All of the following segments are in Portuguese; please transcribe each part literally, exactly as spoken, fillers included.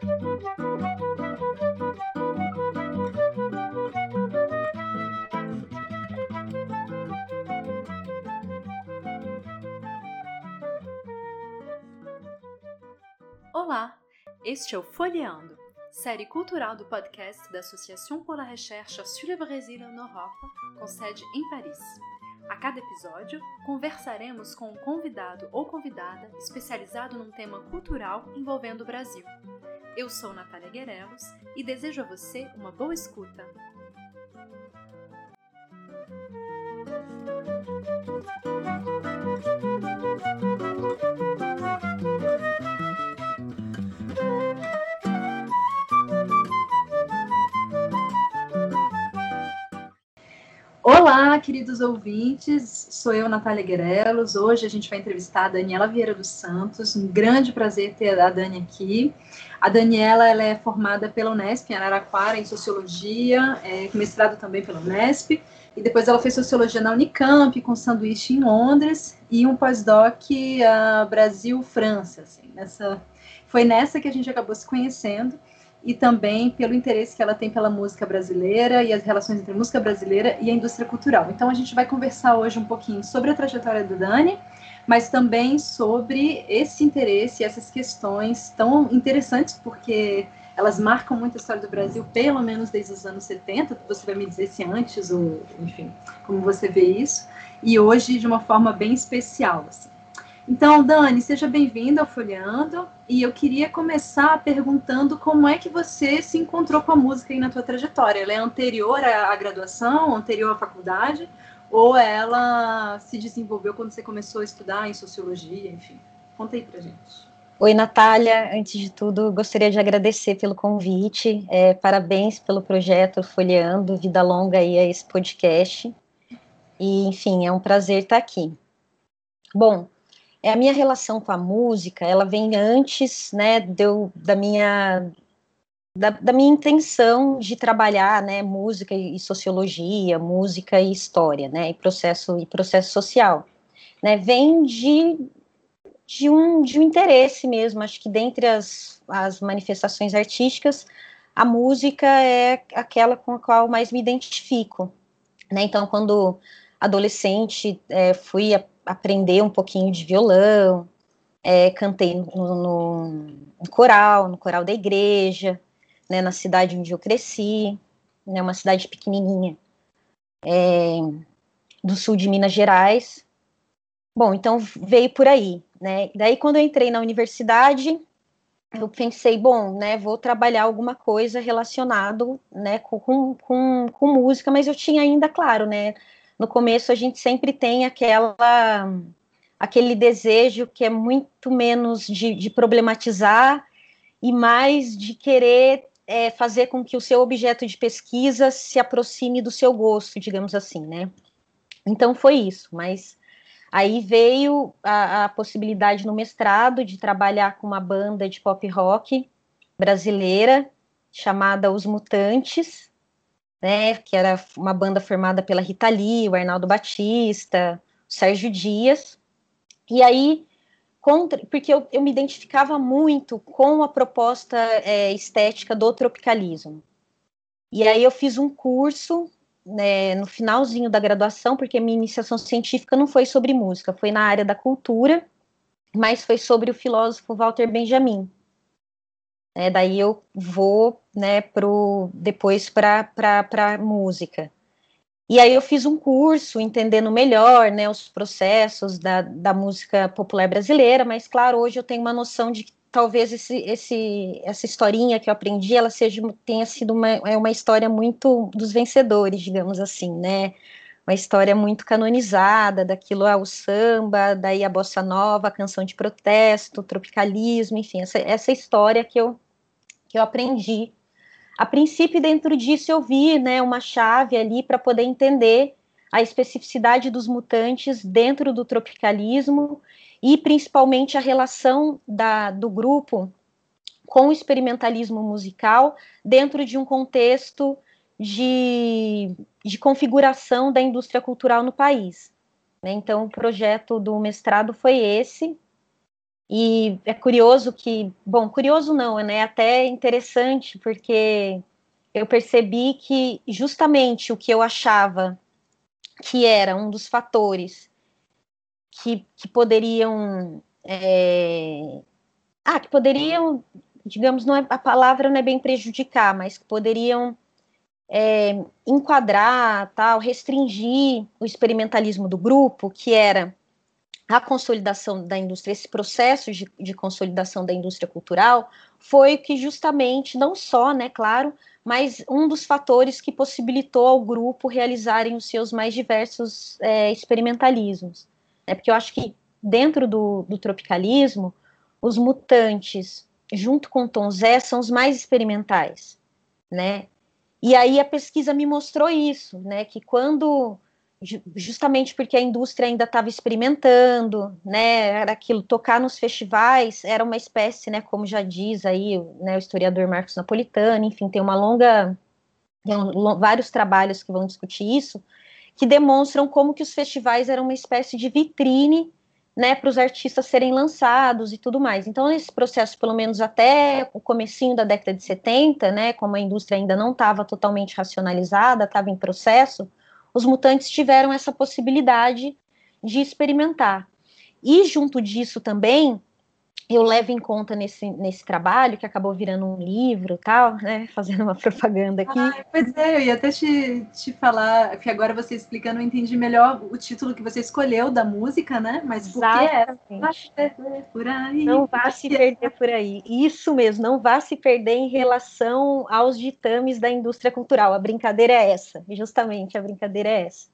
Olá, este é o Folheando, série cultural do podcast da Association pour la Recherche sur le Brésil en Europe, com sede em Paris. A cada episódio, conversaremos com um convidado ou convidada especializado num tema cultural envolvendo o Brasil. Eu sou Natália Guerelos e desejo a você uma boa escuta. Olá, queridos ouvintes, sou eu, Natália Guerelos. Hoje a gente vai entrevistar a Daniela Vieira dos Santos. Um grande prazer ter a Dani aqui. A Daniela ela é formada pela Unesp, em Araraquara, em Sociologia, é, com mestrado também pela Unesp, e depois ela fez Sociologia na Unicamp, com sanduíche em Londres, e um pós-doc uh, Brasil-França. Assim, nessa, foi nessa que a gente acabou se conhecendo, e também pelo interesse que ela tem pela música brasileira e as relações entre a música brasileira e a indústria cultural. Então a gente vai conversar hoje um pouquinho sobre a trajetória da Dani, mas também sobre esse interesse e essas questões tão interessantes, porque elas marcam muito a história do Brasil, pelo menos desde os anos setenta, você vai me dizer se antes, ou enfim, como você vê isso, e hoje de uma forma bem especial, assim. Então, Dani, seja bem-vinda ao Folheando, e eu queria começar perguntando como é que você se encontrou com a música aí na tua trajetória. Ela é anterior à graduação, anterior à faculdade, ou ela se desenvolveu quando você começou a estudar em Sociologia, enfim? Conta aí pra gente. Oi, Natália. Antes de tudo, gostaria de agradecer pelo convite, é, parabéns pelo projeto Folheando, vida longa aí a esse podcast, e, enfim, é um prazer estar aqui. Bom, É, a minha relação com a música, ela vem antes, né, deu, da, minha, da, da minha intenção de trabalhar, né, música e sociologia, música e história, né, e processo, e processo social, né, vem de, de, um, de um interesse mesmo, acho que dentre as, as manifestações artísticas, a música é aquela com a qual mais me identifico, né, então quando adolescente, é, fui a aprender um pouquinho de violão, é, cantei no, no, no coral, no coral da igreja, né, na cidade onde eu cresci, né, uma cidade pequenininha, é, do sul de Minas Gerais. Bom, então veio por aí, né, daí quando eu entrei na universidade, eu pensei, bom, né, vou trabalhar alguma coisa relacionado, né, com, com, com música, mas eu tinha ainda, claro, né, no começo a gente sempre tem aquela, aquele desejo que é muito menos de, de problematizar e mais de querer é, fazer com que o seu objeto de pesquisa se aproxime do seu gosto, digamos assim, né? Então foi isso, mas aí veio a, a possibilidade no mestrado de trabalhar com uma banda de pop rock brasileira chamada Os Mutantes, né, que era uma banda formada pela Rita Lee, o Arnaldo Batista, o Sérgio Dias, e aí, contra, porque eu, eu me identificava muito com a proposta é, estética do tropicalismo, e aí eu fiz um curso, né, no finalzinho da graduação, porque minha iniciação científica não foi sobre música, foi na área da cultura, mas foi sobre o filósofo Walter Benjamin. É, daí eu vou, né, pro, depois para a música. E aí eu fiz um curso entendendo melhor, né, os processos da, da música popular brasileira, mas claro, hoje eu tenho uma noção de que talvez esse, esse, essa historinha que eu aprendi, ela seja, tenha sido uma, é uma história muito dos vencedores, digamos assim, né, uma história muito canonizada, daquilo ao samba, daí a bossa nova, a canção de protesto, o tropicalismo, enfim, essa, essa história que eu que eu aprendi. A princípio, dentro disso, eu vi, né, uma chave ali para poder entender a especificidade dos mutantes dentro do tropicalismo e, principalmente, a relação da, do grupo com o experimentalismo musical dentro de um contexto de, de configuração da indústria cultural no país. Né? Então, o projeto do mestrado foi esse, E é curioso que, bom, curioso não, né? Até interessante, porque eu percebi que justamente o que eu achava que era um dos fatores que, que poderiam, é, ah, que poderiam, digamos, não é, a palavra não é bem prejudicar, mas que poderiam é, enquadrar, tal, restringir o experimentalismo do grupo, que era a consolidação da indústria, esse processo de, de consolidação da indústria cultural, foi que justamente, não só, né, claro, mas um dos fatores que possibilitou ao grupo realizarem os seus mais diversos é, experimentalismos. Né, porque eu acho que dentro do, do tropicalismo, os Mutantes, junto com Tom Zé, são os mais experimentais, né? E aí a pesquisa me mostrou isso, né? Que quando, justamente porque a indústria ainda estava experimentando, né? Era aquilo, tocar nos festivais era uma espécie, né? Como já diz aí, né, o historiador Marcos Napolitano, enfim, tem uma longa, tem um, vários trabalhos que vão discutir isso, que demonstram como que os festivais eram uma espécie de vitrine, né, para os artistas serem lançados e tudo mais. Então, nesse processo, pelo menos até o comecinho da década de setenta, né, como a indústria ainda não estava totalmente racionalizada, estava em processo, os Mutantes tiveram essa possibilidade de experimentar. E junto disso também, eu levo em conta nesse, nesse trabalho, que acabou virando um livro, tal, né, fazendo uma propaganda aqui. Ah, pois é, eu ia até te, te falar, que agora você explicando, eu entendi melhor o título que você escolheu da música, né? Mas por que é? Vai se perder por aí. Não vá se perder por aí. Isso mesmo, não vá se perder em relação aos ditames da indústria cultural. A brincadeira é essa, justamente a brincadeira é essa.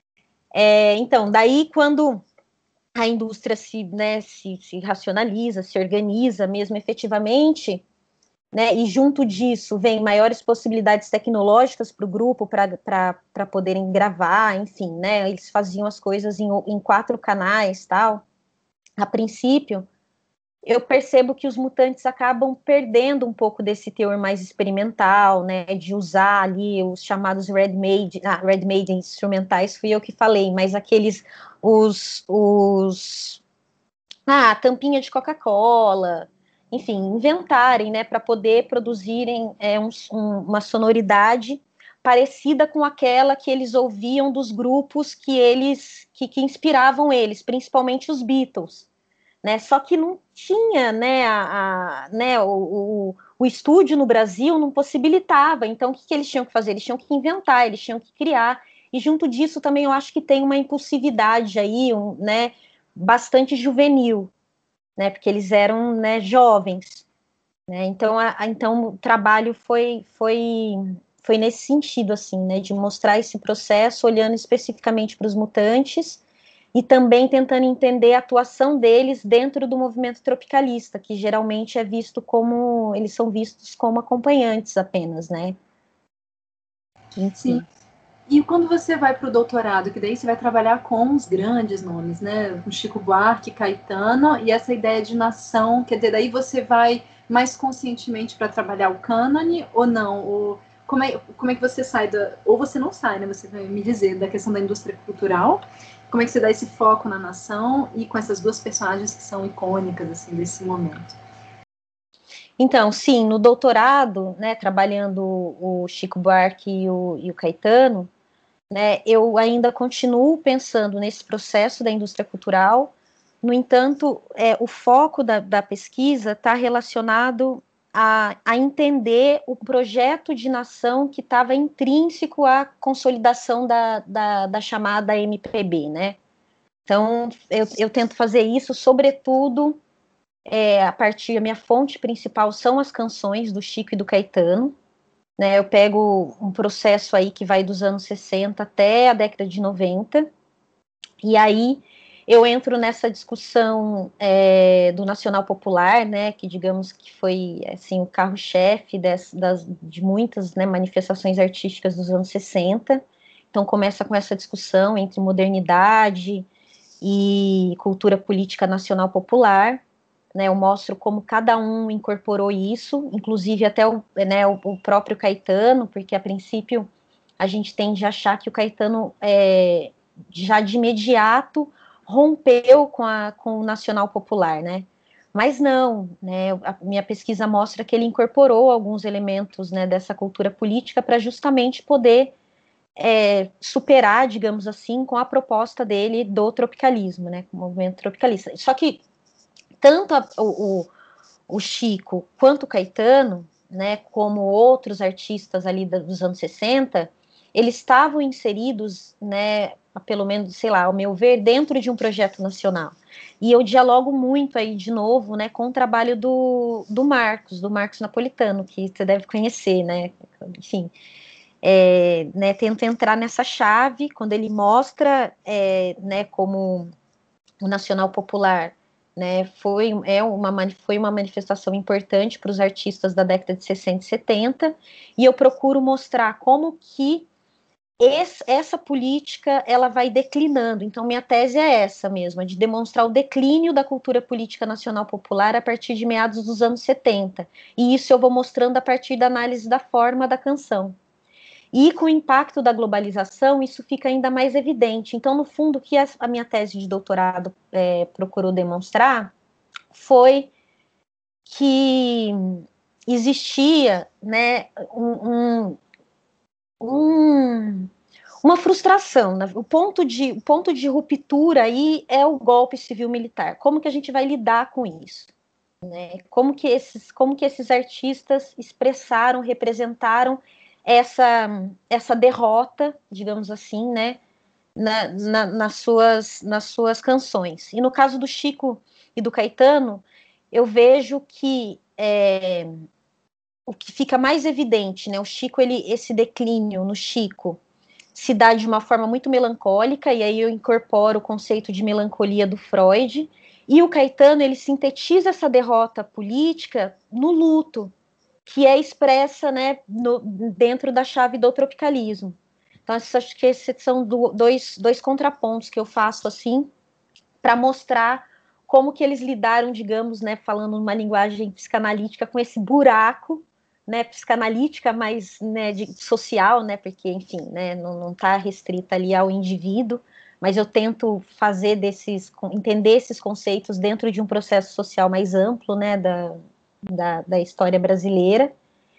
É, então, daí quando a indústria se, né, se, se racionaliza, se organiza mesmo efetivamente, né, e junto disso vem maiores possibilidades tecnológicas para o grupo para poderem gravar, enfim, né, eles faziam as coisas em, em quatro canais, tal. A princípio, eu percebo que os Mutantes acabam perdendo um pouco desse teor mais experimental, né, de usar ali os chamados ready-made, ah, ready-made instrumentais, fui eu que falei, mas aqueles, os, os ah, tampinha de Coca-Cola, enfim, inventarem, né, para poder produzirem é, um, um, uma sonoridade parecida com aquela que eles ouviam dos grupos que eles que, que inspiravam eles, principalmente os Beatles, né? Só que não tinha, né, a, a, né, o, o, o estúdio no Brasil não possibilitava. Então, o que, que eles tinham que fazer? Eles tinham que inventar, eles tinham que criar. E junto disso também eu acho que tem uma impulsividade aí, um, né, bastante juvenil, né, porque eles eram, né, jovens, né, então, a, a, então o trabalho foi, foi, foi nesse sentido, assim, né, de mostrar esse processo, olhando especificamente para os Mutantes, e também tentando entender a atuação deles dentro do movimento tropicalista, que geralmente é visto como, eles são vistos como acompanhantes apenas, né. Enfim. Sim. E quando você vai para o doutorado, que daí você vai trabalhar com os grandes nomes, né? Com Chico Buarque, Caetano, e essa ideia de nação, quer dizer, daí você vai mais conscientemente para trabalhar o cânone ou não? Ou como é, como é que você sai da. Ou você não sai, né? Você vai me dizer da questão da indústria cultural. Como é que você dá esse foco na nação e com essas duas personagens que são icônicas, assim, desse momento? Então, sim, no doutorado, né, trabalhando o Chico Buarque e o, e o Caetano, né, eu ainda continuo pensando nesse processo da indústria cultural. No entanto, é, o foco da, da pesquisa está relacionado a, a entender o projeto de nação que estava intrínseco à consolidação da, da, da chamada M P B, né? Então, eu, eu tento fazer isso, sobretudo, é, a partir, a minha fonte principal são as canções do Chico e do Caetano, né, eu pego um processo aí que vai dos anos sessenta até a década de noventa, e aí eu entro nessa discussão é, do Nacional Popular, né, que digamos que foi assim, o carro-chefe das, de muitas, né, manifestações artísticas dos anos sessenta, então começa com essa discussão entre modernidade e cultura política nacional popular, né, eu mostro como cada um incorporou isso, inclusive até o, né, o, o próprio Caetano, porque a princípio a gente tende a achar que o Caetano é, já de imediato rompeu com, a, com o nacional popular, né? Mas não, né, a minha pesquisa mostra que ele incorporou alguns elementos, né, dessa cultura política para justamente poder é, superar, digamos assim, com a proposta dele do tropicalismo, né, com o movimento tropicalista. Só que tanto a, o, o Chico quanto o Caetano, né, como outros artistas ali dos anos sessenta, eles estavam inseridos, né, pelo menos, sei lá, ao meu ver, dentro de um projeto nacional. E eu dialogo muito aí, de novo, né, com o trabalho do, do Marcos, do Marcos Napolitano, que você deve conhecer, né, enfim, é, né, tento entrar nessa chave, quando ele mostra, é, né, como o Nacional Popular, né, foi, é uma, foi uma manifestação importante para os artistas da década de sessenta e setenta, e eu procuro mostrar como que esse, essa política ela vai declinando. Então, minha tese é essa mesma, de demonstrar o declínio da cultura política nacional popular a partir de meados dos anos setenta. E isso eu vou mostrando a partir da análise da forma da canção. E com o impacto da globalização, isso fica ainda mais evidente. Então, no fundo, o que a minha tese de doutorado é, procurou demonstrar foi que existia, né, um, um, um, uma frustração. Né? O, ponto de, o ponto de ruptura aí é o golpe civil-militar. Como que a gente vai lidar com isso? Né? Como que esses, como que esses artistas expressaram, representaram essa, essa derrota, digamos assim, né, na, na, nas, suas, nas suas canções. E no caso do Chico e do Caetano, eu vejo que é, o que fica mais evidente, né, o Chico, ele, esse declínio no Chico se dá de uma forma muito melancólica, e aí eu incorporo o conceito de melancolia do Freud, e o Caetano, ele sintetiza essa derrota política no luto, que é expressa, né, no, dentro da chave do tropicalismo. Então, acho que esses são do, dois, dois contrapontos que eu faço, assim, para mostrar como que eles lidaram, digamos, né, falando uma linguagem psicanalítica, com esse buraco, né, psicanalítica, mas, né, de, social, né, porque, enfim, né, não está restrita ali ao indivíduo, mas eu tento fazer desses, entender esses conceitos dentro de um processo social mais amplo, né, da, da, da história brasileira.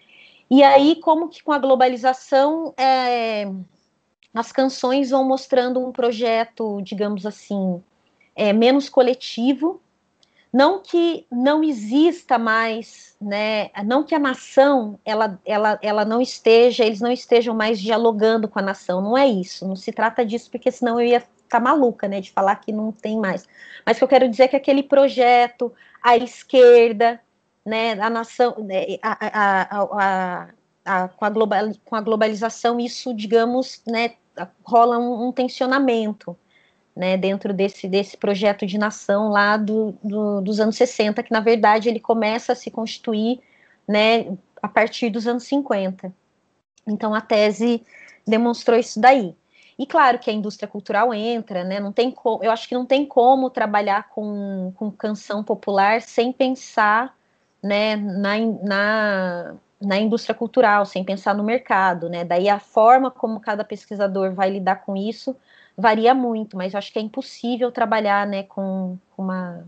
E aí, como que com a globalização, é, as canções vão mostrando um projeto, digamos assim, é, menos coletivo, não que não exista mais, né, não que a nação, ela, ela, ela não esteja, eles não estejam mais dialogando com a nação, não é isso, não se trata disso, porque senão eu ia ficar maluca, né, de falar que não tem mais, mas o que eu quero dizer é que aquele projeto, a esquerda, né, a nação, a, a, a, a, com, a global, com a globalização, isso, digamos, né, rola um, um tensionamento, né, dentro desse, desse projeto de nação lá do, do, dos anos sessenta, que na verdade ele começa a se constituir, né, a partir dos anos cinquenta. Então a tese demonstrou isso daí. E claro que a indústria cultural entra, né, não tem co- eu acho que não tem como trabalhar com, com canção popular sem pensar, né, na, na, na indústria cultural, sem pensar no mercado, né, daí a forma como cada pesquisador vai lidar com isso varia muito, mas eu acho que é impossível trabalhar, né, com uma,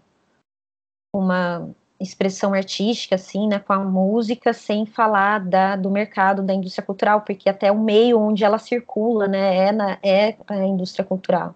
uma expressão artística, assim, né, com a música, sem falar da, do mercado, da indústria cultural, porque até o meio onde ela circula, né, é, na, é a indústria cultural.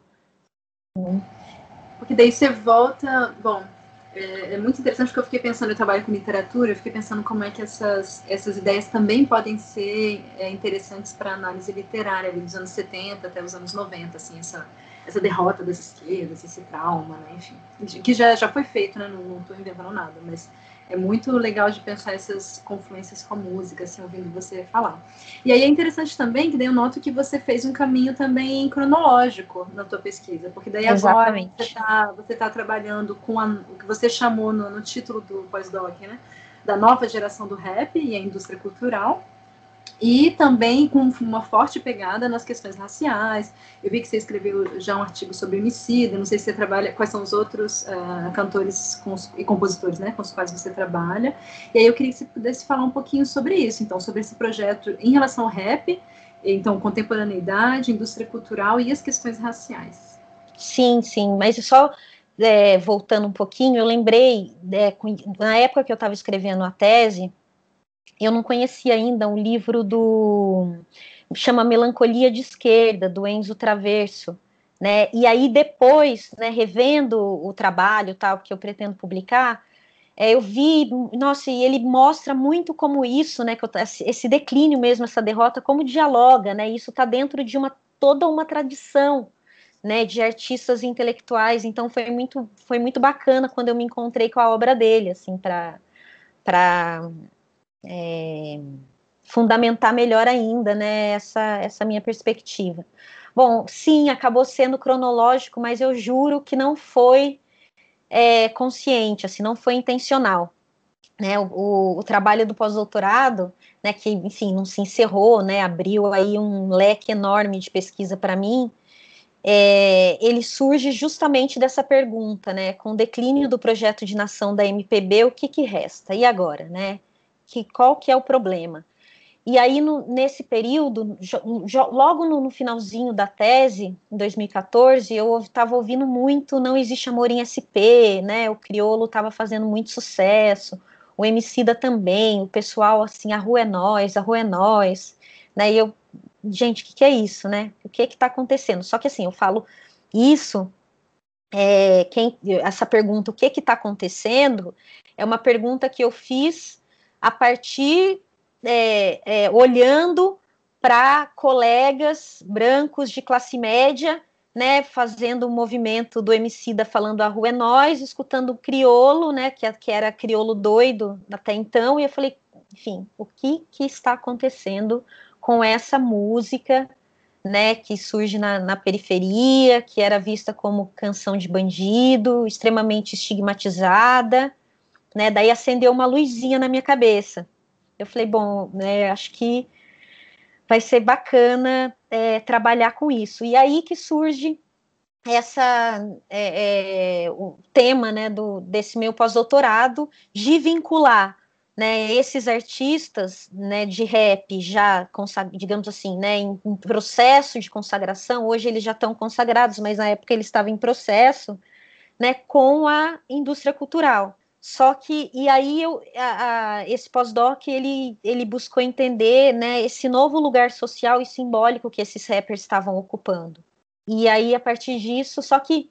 Porque daí você volta, bom, é, é muito interessante porque eu fiquei pensando, eu trabalho com literatura, eu fiquei pensando como é que essas, essas ideias também podem ser é, interessantes para análise literária, ali, dos anos setenta até os anos noventa, assim, essa, essa derrota das esquerdas, esse trauma, né, enfim, que já, já foi feito, né, não estou inventando nada, mas é muito legal de pensar essas confluências com a música, assim, ouvindo você falar. E aí é interessante também que daí eu noto que você fez um caminho também cronológico na tua pesquisa, porque daí Exatamente. agora você está você tá trabalhando com a, o que você chamou no, no título do pós-doc, né? Da nova geração do rap e a indústria cultural, e também com uma forte pegada nas questões raciais. Eu vi que você escreveu já um artigo sobre Emicida, não sei se você trabalha, quais são os outros uh, cantores com os, e compositores, né, com os quais você trabalha. E aí eu queria que você pudesse falar um pouquinho sobre isso, então, sobre esse projeto em relação ao rap, então, contemporaneidade, indústria cultural e as questões raciais. Sim, sim, mas só é, voltando um pouquinho, eu lembrei, é, na época que eu estava escrevendo a tese, eu não conhecia ainda um livro do... chama Melancolia de Esquerda, do Enzo Traverso, né? E aí depois, né, revendo o trabalho, tal, que eu pretendo publicar, é, eu vi, nossa, e ele mostra muito como isso, né, que eu, esse declínio mesmo, essa derrota, como dialoga, né? Isso está dentro de uma toda uma tradição, né, de artistas intelectuais. Então foi muito, foi muito bacana quando eu me encontrei com a obra dele, assim, para para é, fundamentar melhor ainda, né, essa, essa minha perspectiva. Bom, sim, acabou sendo cronológico, mas eu juro que não foi é, consciente, assim, não foi intencional. Né, o, o, o trabalho do pós-doutorado, né, que, enfim, não se encerrou, né, abriu aí um leque enorme de pesquisa para mim, é, ele surge justamente dessa pergunta, né, com o declínio do projeto de nação da M P B, o que que resta? E agora, né? Que, qual que é o problema? E aí, no, nesse período, jo, jo, logo no, no finalzinho da tese, em dois mil e quatorze, eu estava ouvindo muito Não Existe Amor em S P, né? O Criolo estava fazendo muito sucesso, o Emicida também, o pessoal assim, a rua é nós, a rua é nós, né? E eu, gente, o que, que é isso, né? O que está acontecendo? Só que assim, eu falo isso, é, quem, essa pergunta, o que está acontecendo, é uma pergunta que eu fiz a partir é, é, olhando para colegas brancos de classe média, né, fazendo o um movimento do Emicida falando a rua é nós, escutando o Criolo, né, que, que era Criolo doido até então, e eu falei, enfim, o que, que está acontecendo com essa música, né, que surge na, na periferia, que era vista como canção de bandido, extremamente estigmatizada, né, daí acendeu uma luzinha na minha cabeça. Eu falei, bom, né, acho que vai ser bacana é, trabalhar com isso. E aí que surge essa é, é, o tema, né, do, desse meu pós-doutorado, de vincular, né, esses artistas, né, de rap já, digamos assim, né, em, em processo de consagração. Hoje eles já estão consagrados, mas na época eles estavam em processo, né, com a indústria cultural. Só que, e aí eu, a, a, esse pós-doc, ele, ele buscou entender, né, esse novo lugar social e simbólico que esses rappers estavam ocupando. E aí, a partir disso, só que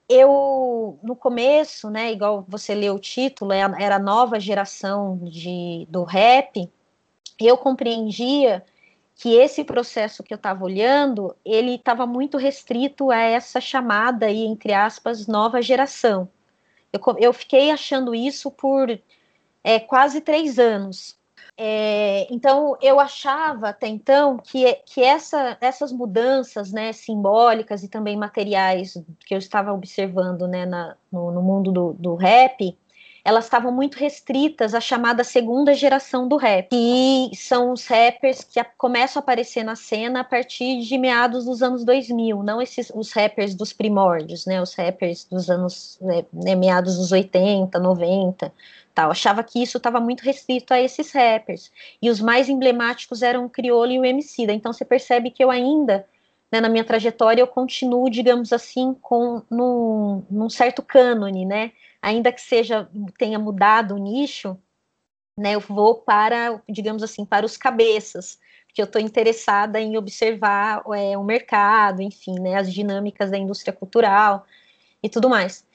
eu, no começo, né, igual você leu o título, era a nova geração de, do rap, eu compreendia que esse processo que eu estava olhando, ele estava muito restrito a essa chamada aí, entre aspas, nova geração. Eu, eu fiquei achando isso por é, quase três anos. É, então, eu achava até então que, que essa, essas mudanças, né, simbólicas e também materiais que eu estava observando, né, na, no, no mundo do, do rap, elas estavam muito restritas à chamada segunda geração do rap, que são os rappers que a, começam a aparecer na cena a partir de meados dos anos dois mil, não esses, os rappers dos primórdios, né, os rappers dos anos, né, meados dos oitenta, noventa, tal. Achava que isso estava muito restrito a esses rappers, e os mais emblemáticos eram o Criolo e o Emicida. Então você percebe que eu ainda, né, na minha trajetória, eu continuo, digamos assim, com num, num certo cânone, né, ainda que seja, tenha mudado o nicho, né, eu vou para, digamos assim, para os cabeças, porque eu estou interessada em observar é, o mercado, enfim, né, as dinâmicas da indústria cultural e tudo mais.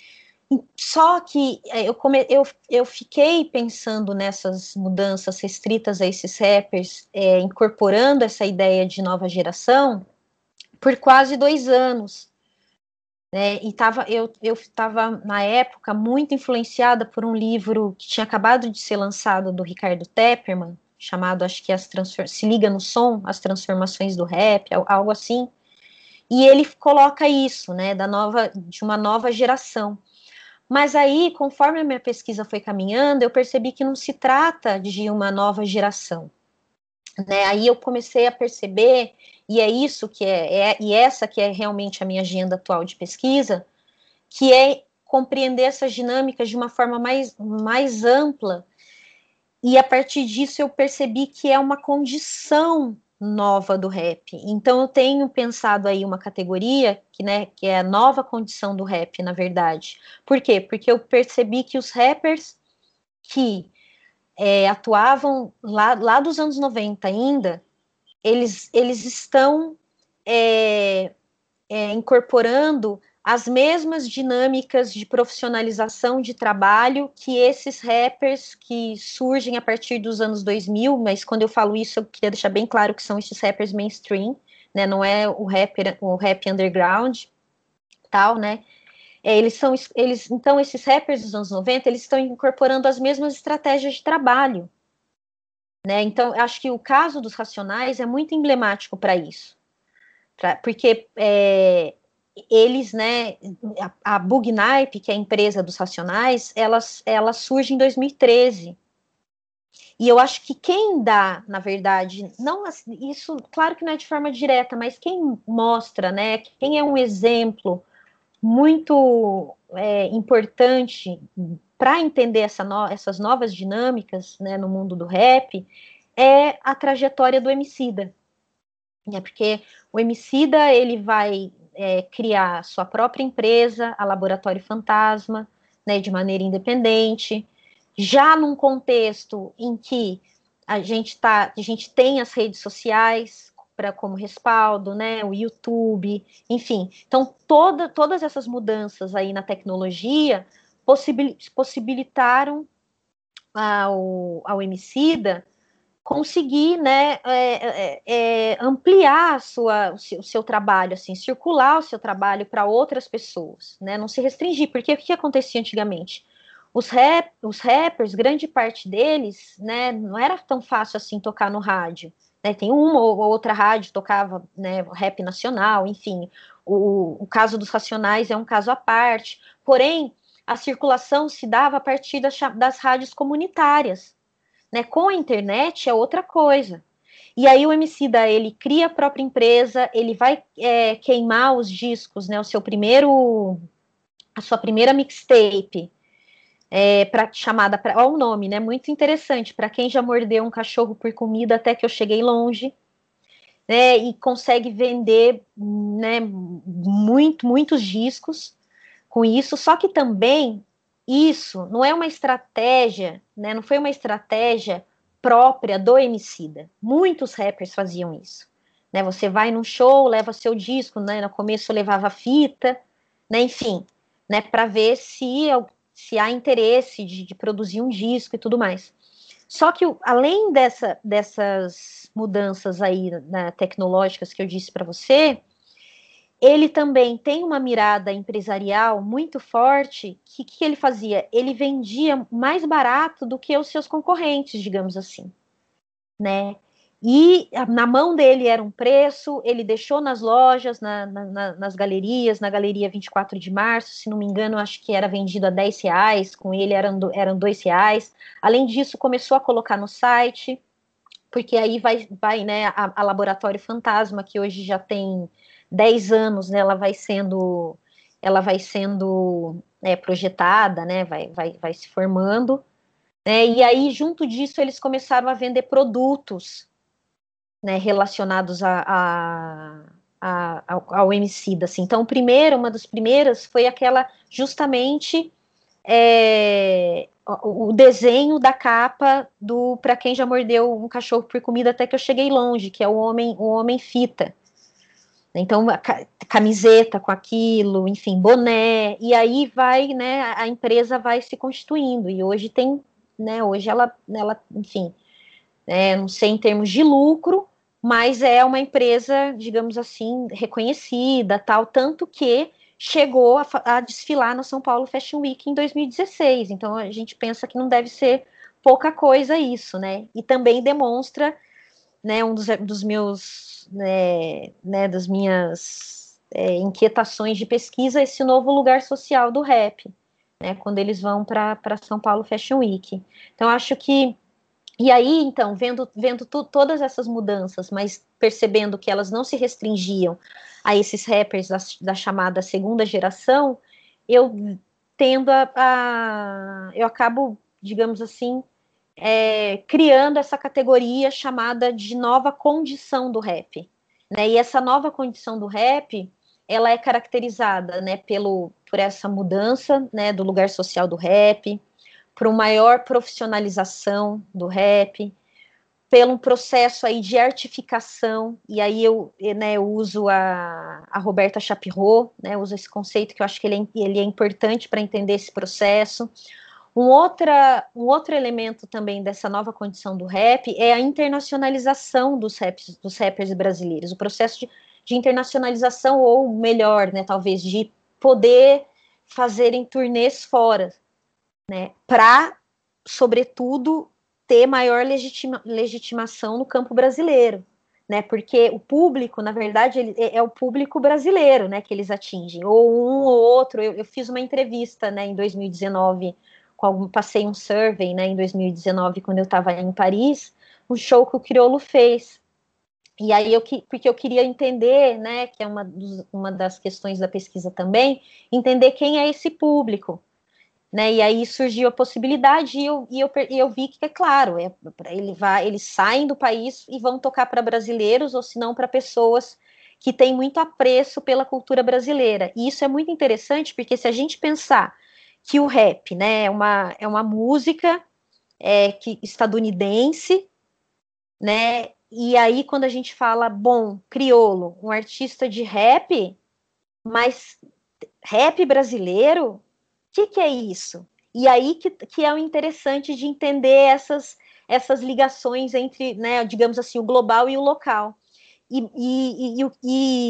Só que eu, come, eu, eu fiquei pensando nessas mudanças restritas a esses rappers, é, incorporando essa ideia de nova geração, por quase dois anos. Né? E tava, eu estava, na época, muito influenciada por um livro que tinha acabado de ser lançado do Ricardo Tepperman, chamado, acho que as Se Liga no Som, As Transformações do Rap, algo assim. E ele coloca isso, né, da nova, de uma nova geração. Mas aí, conforme a minha pesquisa foi caminhando, eu percebi que não se trata de uma nova geração. Né? Aí eu comecei a perceber, e é isso que é, é, e essa que é realmente a minha agenda atual de pesquisa, que é compreender essas dinâmicas de uma forma mais, mais ampla, e a partir disso eu percebi que é uma condição nova do rap. Então eu tenho pensado aí uma categoria que, né, que é a nova condição do rap, na verdade. Por quê? Porque eu percebi que os rappers que é, atuavam lá, lá dos anos noventa ainda, eles, eles estão é, é, incorporando as mesmas dinâmicas de profissionalização de trabalho que esses rappers que surgem a partir dos anos dois mil, mas quando eu falo isso, eu queria deixar bem claro que são esses rappers mainstream, né, não é o rapper, o rap underground, tal, né, é, eles são, eles, então esses rappers dos anos noventa, eles estão incorporando as mesmas estratégias de trabalho, né, então acho que o caso dos Racionais é muito emblemático para isso, pra, porque é, eles, né, a, a Bugnipe, que é a empresa dos Racionais, elas, ela surge em dois mil e treze. E eu acho que quem dá, na verdade, não isso, claro que não é de forma direta, mas quem mostra, né, quem é um exemplo muito é, importante para entender essa no, essas novas dinâmicas, né, no mundo do rap, é a trajetória do Emicida. É porque o Emicida, ele vai é, criar sua própria empresa, a Laboratório Fantasma, né, de maneira independente, já num contexto em que a gente, tá, a gente tem as redes sociais pra, como respaldo, né, o YouTube, enfim. Então, toda, todas essas mudanças aí na tecnologia possibil, possibilitaram ao, ao Emicida conseguir, né, é, é, é, ampliar a sua, o, seu, o seu trabalho, assim, circular o seu trabalho para outras pessoas, né, não se restringir, porque o que acontecia antigamente? Os, rap, os rappers, grande parte deles, né, não era tão fácil assim tocar no rádio, né, tem uma ou outra rádio que tocava, né, rap nacional, enfim, o, o caso dos Racionais é um caso à parte, porém, a circulação se dava a partir das, das rádios comunitárias, né? Com a internet é outra coisa. E aí o Emicida, ele cria a própria empresa, ele vai é, queimar os discos, né? O seu primeiro, a sua primeira mixtape, é, pra, chamada, pra, ó o nome, né? Muito interessante, para quem já mordeu um cachorro por comida até que eu cheguei longe, né? E consegue vender, né? Muito, muitos discos com isso, só que também isso não é uma estratégia, né? Não foi uma estratégia própria do Emicida. Muitos rappers faziam isso, né? Você vai num show, leva seu disco, né? No começo levava fita, né? Enfim, né? Para ver se, se há interesse de, de produzir um disco e tudo mais. Só que além dessa, dessas mudanças aí, né, tecnológicas que eu disse para você, ele também tem uma mirada empresarial muito forte. Que que ele fazia? Ele vendia mais barato do que os seus concorrentes, digamos assim, né? E na mão dele era um preço, ele deixou nas lojas, na, na, nas galerias, na galeria vinte e quatro de março, se não me engano, acho que era vendido a dez reais, com ele eram, eram dois reais. Além disso, começou a colocar no site, porque aí vai, vai né, a, a Laboratório Fantasma, que hoje já tem dez anos, né, ela vai sendo, ela vai sendo é, projetada, né, vai, vai, vai se formando, né, e aí junto disso eles começaram a vender produtos, né, relacionados a, a, a, ao, ao Emicida, assim. Então, primeiro, uma das primeiras foi aquela justamente é, o, o desenho da capa do Pra Quem Já Mordeu um Cachorro por Comida Até Que Eu Cheguei Longe, que é o homem, o homem fita. Então, a camiseta com aquilo, enfim, boné, e aí vai, né, a empresa vai se constituindo, e hoje tem, né, hoje ela, ela enfim, é, não sei em termos de lucro, mas é uma empresa, digamos assim, reconhecida, tal, tanto que chegou a, a desfilar no São Paulo Fashion Week em dois mil e dezesseis, então a gente pensa que não deve ser pouca coisa isso, né, e também demonstra, né, um dos, dos meus, né, né, das minhas é, inquietações de pesquisa, esse novo lugar social do rap, né, quando eles vão para São Paulo Fashion Week. Então, acho que, e aí, então, vendo, vendo tu, todas essas mudanças, mas percebendo que elas não se restringiam a esses rappers da, da chamada segunda geração, eu tendo a, a eu acabo, digamos assim, é, criando essa categoria chamada de nova condição do rap, né? E essa nova condição do rap, ela é caracterizada, né, pelo, por essa mudança, né, do lugar social do rap, por uma maior profissionalização do rap, pelo processo aí de artificação, e aí eu, né, eu uso a, a Roberta Chapirot, né, uso esse conceito que eu acho que ele é, ele é importante para entender esse processo. Um, outra, um outro elemento também dessa nova condição do rap é a internacionalização dos, raps, dos rappers brasileiros, o processo de, de internacionalização, ou melhor, né, talvez, de poder fazerem turnês fora, né, para, sobretudo, ter maior legitima, legitimação no campo brasileiro, né, porque o público, na verdade, ele, é, é o público brasileiro, né, que eles atingem, ou um ou outro. Eu, eu fiz uma entrevista, né, em dois mil e dezenove, com algum, passei um survey, né, em dois mil e dezenove, quando eu estava em Paris, um show que o Criolo fez, e aí eu, porque eu queria entender, né, que é uma, dos, uma das questões da pesquisa também, entender quem é esse público, né, e aí surgiu a possibilidade, e eu, e eu, e eu vi que, é claro, é, ele vai, eles saem do país e vão tocar para brasileiros, ou se não para pessoas que têm muito apreço pela cultura brasileira. E isso é muito interessante, porque se a gente pensar que o rap, né, é uma, é uma música é, que, estadunidense, né, e aí quando a gente fala, bom, Criolo, um artista de rap, mas rap brasileiro, o que, que é isso? E aí que, que é o interessante de entender essas, essas ligações entre, né, digamos assim, o global e o local. E, e, e,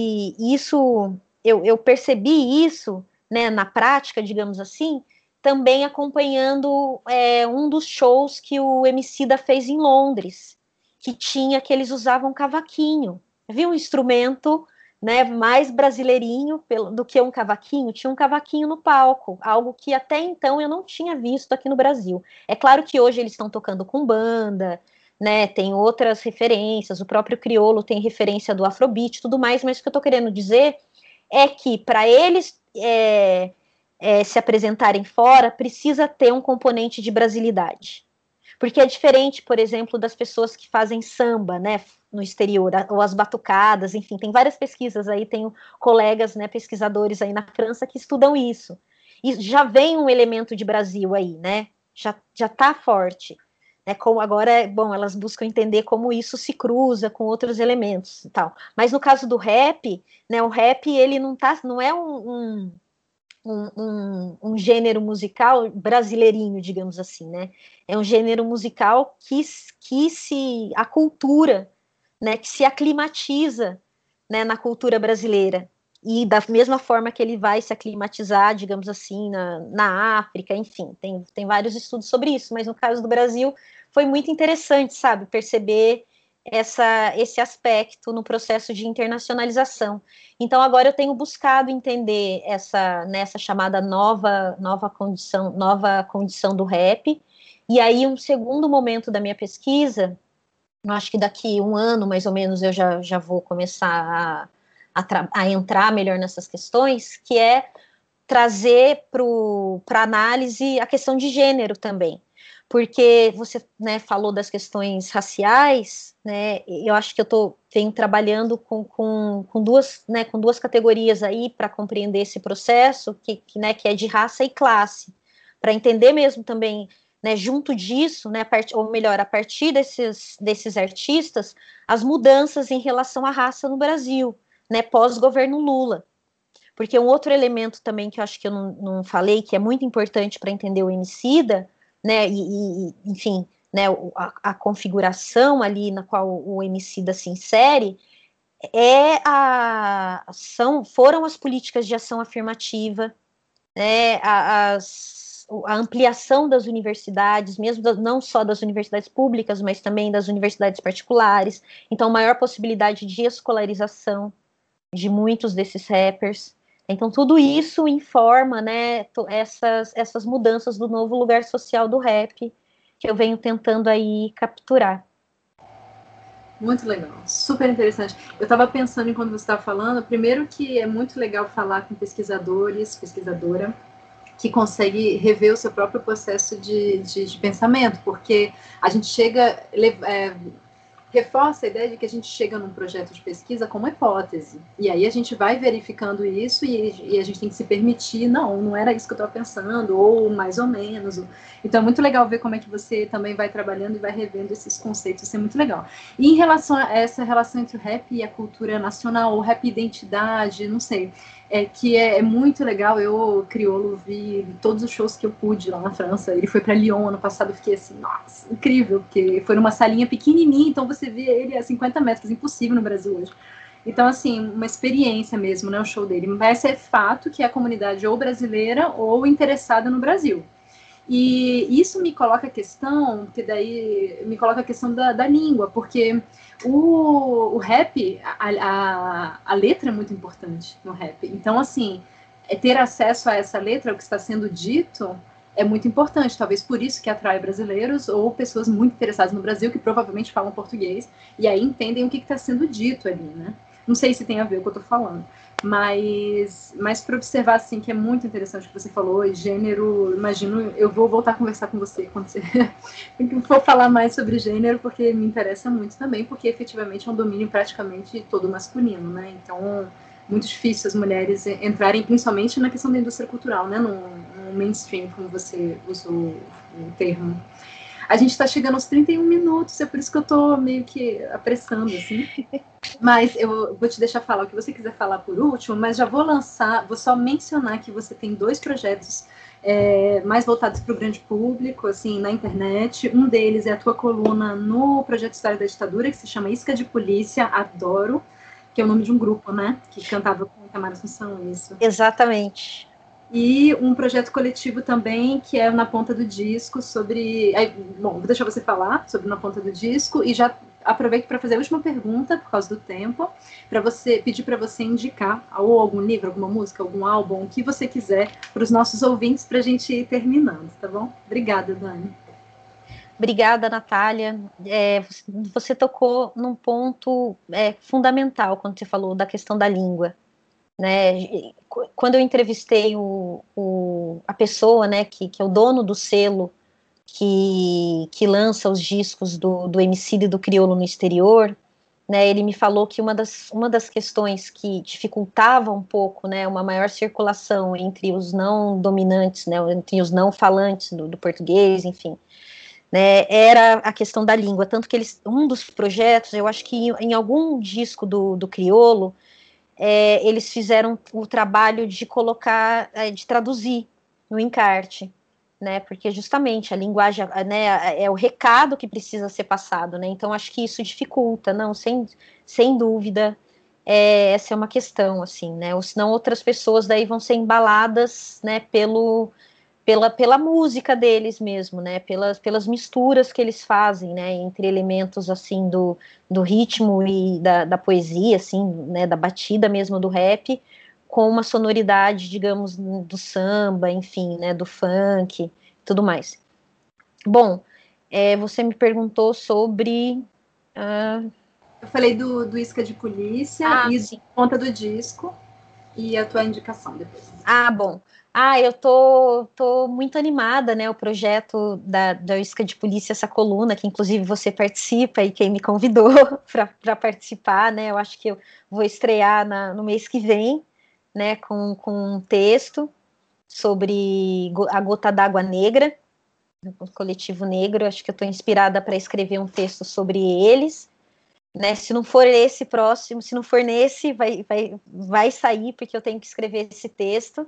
e isso, eu, eu percebi isso, né, na prática, digamos assim, também acompanhando é, um dos shows que o Emicida fez em Londres, que tinha, que eles usavam cavaquinho. Viu um instrumento, né, mais brasileirinho pelo, do que um cavaquinho? Tinha um cavaquinho no palco, algo que até então eu não tinha visto aqui no Brasil. É claro que hoje eles estão tocando com banda, né, tem outras referências, o próprio Criolo tem referência do Afrobeat e tudo mais, mas o que eu estou querendo dizer é que para eles é, é, se apresentarem fora, precisa ter um componente de brasilidade. Porque é diferente, por exemplo, das pessoas que fazem samba, né, no exterior, ou as batucadas, enfim, tem várias pesquisas aí, tenho colegas, né, pesquisadores aí na França que estudam isso. E já vem um elemento de Brasil aí, né, já, já tá forte. Né, como agora, bom, elas buscam entender como isso se cruza com outros elementos e tal. Mas no caso do rap, né, o rap, ele não tá, não é um, um um, um, um gênero musical brasileirinho, digamos assim, né? É um gênero musical que, que se a cultura, né, que se aclimatiza, né, na cultura brasileira. E da mesma forma que ele vai se aclimatizar, digamos assim, na, na África, enfim, tem, tem vários estudos sobre isso, mas no caso do Brasil foi muito interessante, sabe, perceber essa, esse aspecto no processo de internacionalização. Então agora eu tenho buscado entender essa nessa chamada nova nova condição nova condição do rap. E aí um segundo momento da minha pesquisa, eu acho que daqui um ano mais ou menos eu já, já vou começar a, a, a entrar melhor nessas questões, que é trazer para análise a questão de gênero também. Porque você, né, falou das questões raciais, né, eu acho que eu tô, venho trabalhando com, com, com, duas, né, com duas categorias aí para compreender esse processo, que, que, né, que é de raça e classe, para entender mesmo também, né, junto disso, né, a part, ou melhor, a partir desses, desses artistas, as mudanças em relação à raça no Brasil, né, pós-governo Lula. Porque um outro elemento também que eu acho que eu não, não falei, que é muito importante para entender o Emicida, né, e, e enfim, né, a, a configuração ali na qual o Emicida se insere, é a, são, foram as políticas de ação afirmativa, né, a, as, a ampliação das universidades, mesmo da, não só das universidades públicas, mas também das universidades particulares, então maior possibilidade de escolarização de muitos desses rappers. Então, tudo isso informa, né, essas, essas mudanças do novo lugar social do rap, que eu venho tentando aí capturar. Muito legal, super interessante. Eu estava pensando enquanto você estava falando, primeiro que é muito legal falar com pesquisadores, pesquisadora, que consegue rever o seu próprio processo de, de, de pensamento, porque a gente chega, é, reforça a ideia de que a gente chega num projeto de pesquisa como hipótese, e aí a gente vai verificando isso e, e a gente tem que se permitir, não, não era isso que eu estava pensando, ou mais ou menos. Então é muito legal ver como é que você também vai trabalhando e vai revendo esses conceitos, isso é muito legal. E em relação a essa relação entre o rap e a cultura nacional, ou rap e identidade, não sei, é, que é, é muito legal. Eu, Criolo, vi todos os shows que eu pude lá na França. Ele foi para Lyon ano passado, eu fiquei assim, nossa, incrível, porque foi numa salinha pequenininha, então você via ele a cinquenta metros, impossível no Brasil hoje. Então, assim, uma experiência mesmo, né, o show dele. Mas é fato que é a comunidade ou brasileira ou interessada no Brasil. E isso me coloca a questão, que daí me coloca a questão da, da língua, porque o, o rap, a, a, a letra é muito importante no rap. Então, assim, é ter acesso a essa letra, o que está sendo dito, é muito importante. Talvez por isso que atrai brasileiros ou pessoas muito interessadas no Brasil, que provavelmente falam português, e aí entendem o que está sendo dito ali, né? Não sei se tem a ver com o que eu estou falando. Mas, mas para observar, assim, que é muito interessante o que você falou, e gênero, imagino, eu vou voltar a conversar com você quando você for falar mais sobre gênero, porque me interessa muito também, porque efetivamente é um domínio praticamente todo masculino, né? Então, muito difícil as mulheres entrarem, principalmente na questão da indústria cultural, né? No, no mainstream, como você usou o termo. A gente está chegando aos trinta e um minutos, é por isso que eu estou meio que apressando, assim. Mas eu vou te deixar falar o que você quiser falar por último, mas já vou lançar, vou só mencionar que você tem dois projetos é, mais voltados para o grande público, assim, na internet. Um deles é a tua coluna no Projeto História da Ditadura, que se chama Isca de Polícia, Adoro, que é o nome de um grupo, né? Que cantava com Itamar Assunção, isso. Exatamente. E um projeto coletivo também, que é Na Ponta do Disco, sobre... Bom, vou deixar você falar sobre Na Ponta do Disco, e já aproveito para fazer a última pergunta, por causa do tempo, para você pedir para você indicar ou algum livro, alguma música, algum álbum, o que você quiser, para os nossos ouvintes, para a gente ir terminando, tá bom? Obrigada, Dani. Obrigada, Natália. É, você tocou num ponto é, fundamental quando você falou da questão da língua. Né? Quando eu entrevistei o, o, a pessoa, né, que, que é o dono do selo que, que lança os discos do, do Emicida e do Criolo no exterior, né, ele me falou que uma das, uma das questões que dificultava um pouco, né, uma maior circulação entre os não dominantes, né, entre os não falantes do, do português, enfim, né, era a questão da língua, tanto que eles, um dos projetos, eu acho que em, em algum disco do, do Criolo, É, eles fizeram o trabalho de colocar, é, de traduzir no encarte, né, porque justamente a linguagem, né, é o recado que precisa ser passado, né, então acho que isso dificulta, não, sem, sem dúvida, é, essa é uma questão, assim, né, ou senão outras pessoas daí vão ser embaladas, né, pelo... Pela, pela música deles mesmo, né, pelas, pelas misturas que eles fazem, né, entre elementos, assim, do, do ritmo e da, da poesia, assim, né, da batida mesmo do rap, com uma sonoridade, digamos, do samba, enfim, né, do funk, tudo mais. Bom, é, você me perguntou sobre... Uh... Eu falei do, do Isca de Polícia ah, e sim. Ponta do Disco, e a tua indicação depois. Ah, bom. Ah, eu tô, tô muito animada, né? O projeto da, da Isca de Polícia, essa coluna, que inclusive você participa e quem me convidou para participar, né? Eu acho que eu vou estrear na, no mês que vem, né? Com, com um texto sobre a Gota d'Água Negra, o coletivo negro. Acho que eu estou inspirada para escrever um texto sobre eles. Né, se não for esse próximo, se não for nesse, vai, vai, vai sair, porque eu tenho que escrever esse texto.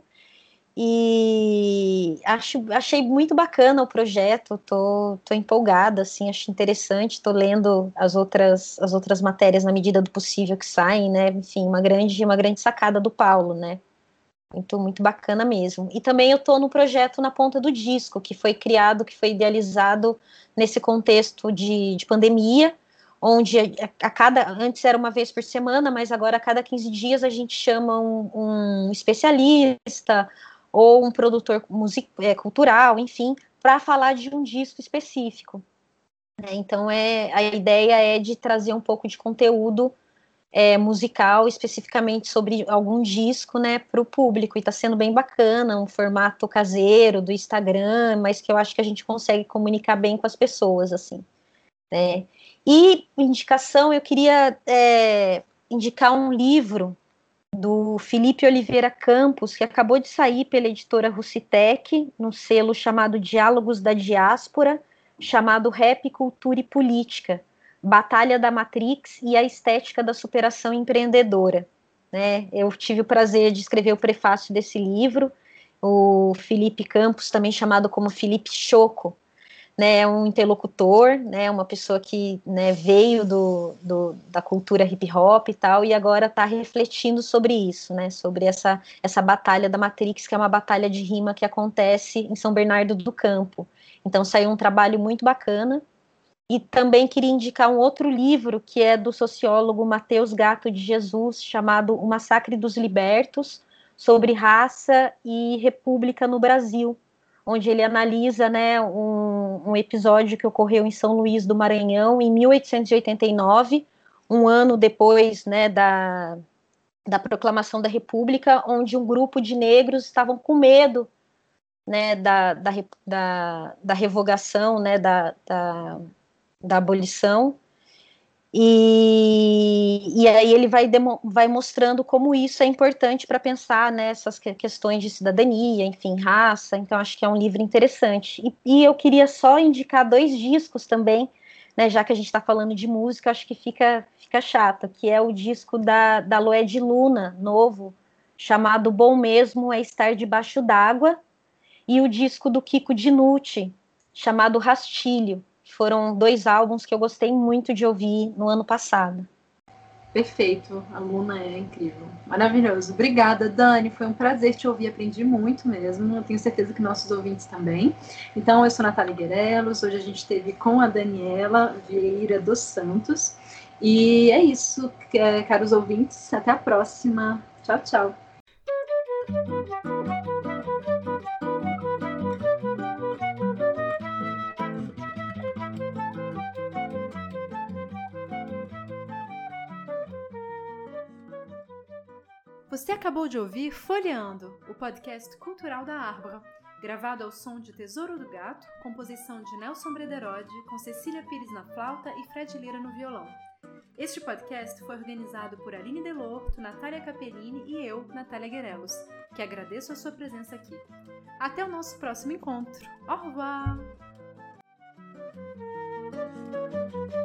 E acho, achei muito bacana o projeto, tô, tô empolgada, assim, acho interessante, tô lendo as outras, as outras matérias na medida do possível que saem, né, enfim, uma grande, uma grande sacada do Paulo, né, muito, muito bacana mesmo. E também eu tô no projeto Na Ponta do Disco, que foi criado, que foi idealizado nesse contexto de, de pandemia, onde a, a cada, antes era uma vez por semana, mas agora a cada quinze dias a gente chama um, um especialista ou um produtor music, é, cultural, enfim, para falar de um disco específico. Né? Então, é, a ideia é de trazer um pouco de conteúdo é, musical, especificamente sobre algum disco, né, para o público, e está sendo bem bacana, um formato caseiro do Instagram, mas que eu acho que a gente consegue comunicar bem com as pessoas, assim, né. E indicação, eu queria é, indicar um livro do Felipe Oliveira Campos, que acabou de sair pela editora Russitec, num selo chamado Diálogos da Diáspora, chamado Rap, Cultura e Política, Batalha da Matrix e a Estética da Superação Empreendedora. Né? Eu tive o prazer de escrever o prefácio desse livro. O Felipe Campos, também chamado como Felipe Choco, né, é um interlocutor, né, uma pessoa que, né, veio do, do, da cultura hip hop e tal, e agora está refletindo sobre isso, né, sobre essa, essa batalha da Matrix, que é uma batalha de rima que acontece em São Bernardo do Campo. Então saiu um trabalho muito bacana. E também queria indicar um outro livro, que é do sociólogo Mateus Gato de Jesus, chamado O Massacre dos Libertos, sobre raça e república no Brasil, onde ele analisa, né, um, um episódio que ocorreu em São Luís do Maranhão, em mil oitocentos e oitenta e nove, um ano depois, né, da, da proclamação da República, onde um grupo de negros estavam com medo, né, da, da, da, da revogação, né, da, da, da abolição. E, e aí ele vai, demo, vai mostrando como isso é importante para pensar nessas que, questões de cidadania, enfim, raça. Então acho que é um livro interessante. E, e eu queria só indicar dois discos também, né, já que a gente está falando de música, acho que fica, fica chato, que é o disco da, da Loé de Luna, novo, chamado Bom Mesmo é Estar Debaixo d'Água, e o disco do Kiko Dinucci, chamado Rastilho. Foram dois álbuns que eu gostei muito de ouvir no ano passado. Perfeito, a Luna é incrível, maravilhoso. Obrigada, Dani, foi um prazer te ouvir, aprendi muito mesmo, eu tenho certeza que nossos ouvintes também. Então, eu sou Natália Guerelos, hoje a gente esteve com a Daniela Vieira dos Santos, e é isso, caros ouvintes, até a próxima, tchau, tchau. Você acabou de ouvir Folheando, o podcast cultural da Arbra, gravado ao som de Tesouro do Gato, composição de Nelson Brederode, com Cecília Pires na flauta e Fred Lira no violão. Este podcast foi organizado por Aline Delorto, Natália Capellini e eu, Natália Guerelos, que agradeço a sua presença aqui. Até o nosso próximo encontro. Au revoir!